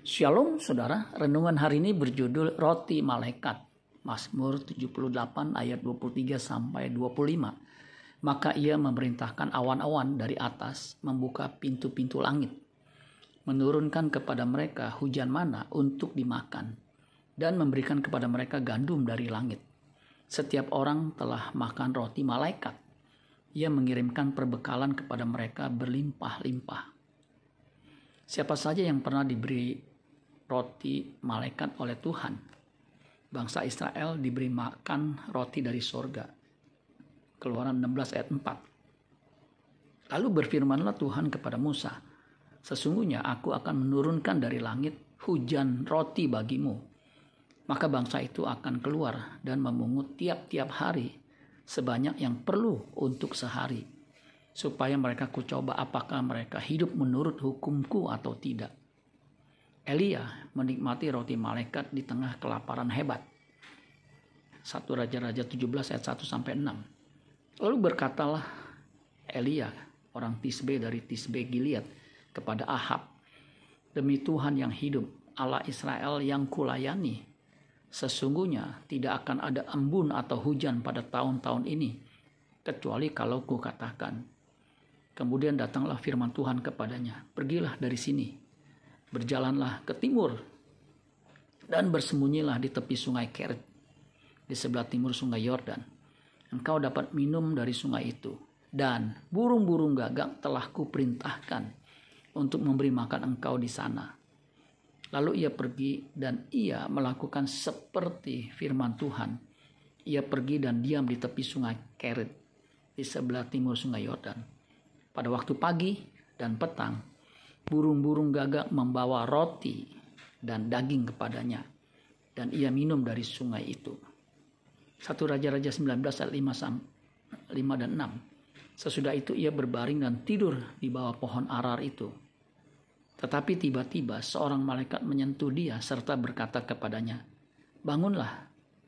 Shalom saudara, renungan hari ini berjudul Roti Malaikat. Mazmur 78 ayat 23 sampai 25. Maka ia memerintahkan awan-awan dari atas membuka pintu-pintu langit, menurunkan kepada mereka hujan mana untuk dimakan, dan memberikan kepada mereka gandum dari langit. Setiap orang telah makan roti malaikat. Ia mengirimkan perbekalan kepada mereka berlimpah-limpah. Siapa saja yang pernah diberi roti malaikat oleh Tuhan? Bangsa Israel diberi makan roti dari sorga. Keluaran 16 ayat 4. Lalu berfirmanlah Tuhan kepada Musa, sesungguhnya aku akan menurunkan dari langit hujan roti bagimu. Maka bangsa itu akan keluar dan memungut tiap-tiap hari sebanyak yang perlu untuk sehari, supaya mereka kucoba apakah mereka hidup menurut hukumku atau tidak. Elia menikmati roti malaikat di tengah kelaparan hebat. 1 Raja-Raja 17 ayat 1-6. Lalu berkatalah Elia, orang Tisbe dari Tisbe Gilead, kepada Ahab, demi Tuhan yang hidup, Allah Israel yang kulayani, sesungguhnya tidak akan ada embun atau hujan pada tahun-tahun ini, kecuali kalau kukatakan. Kemudian datanglah firman Tuhan kepadanya, pergilah dari sini, berjalanlah ke timur, dan bersembunyilah di tepi sungai Kerit, di sebelah timur sungai Yordan. Engkau dapat minum dari sungai itu, dan burung-burung gagak telah kuperintahkan untuk memberi makan engkau di sana. Lalu ia pergi dan ia melakukan seperti firman Tuhan. Ia pergi dan diam di tepi sungai Kerit, di sebelah timur sungai Yordan. Pada waktu pagi dan petang, burung-burung gagak membawa roti dan daging kepadanya, dan ia minum dari sungai itu. 1 Raja-Raja 19 ayat 5 dan 6. Sesudah itu ia berbaring dan tidur di bawah pohon arar itu. Tetapi tiba-tiba seorang malaikat menyentuh dia serta berkata kepadanya, bangunlah,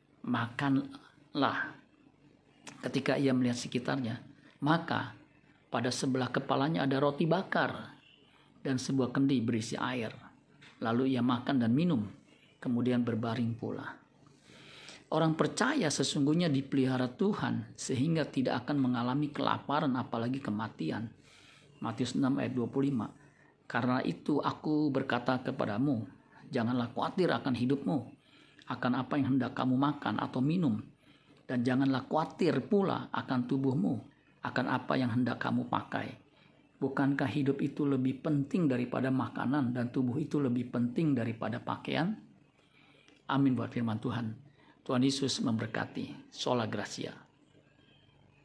makanlah. Ketika ia melihat sekitarnya, maka pada sebelah kepalanya ada roti bakar dan sebuah kendi berisi air. Lalu ia makan dan minum, kemudian berbaring pula. Orang percaya sesungguhnya dipelihara Tuhan sehingga tidak akan mengalami kelaparan apalagi kematian. Matius 6 ayat 25. Karena itu aku berkata kepadamu, janganlah khawatir akan hidupmu, akan apa yang hendak kamu makan atau minum, dan janganlah khawatir pula akan tubuhmu, akan apa yang hendak kamu pakai. Bukankah hidup itu lebih penting daripada makanan dan tubuh itu lebih penting daripada pakaian? Amin buat firman Tuhan. Tuhan Yesus memberkati. Sola Gracia.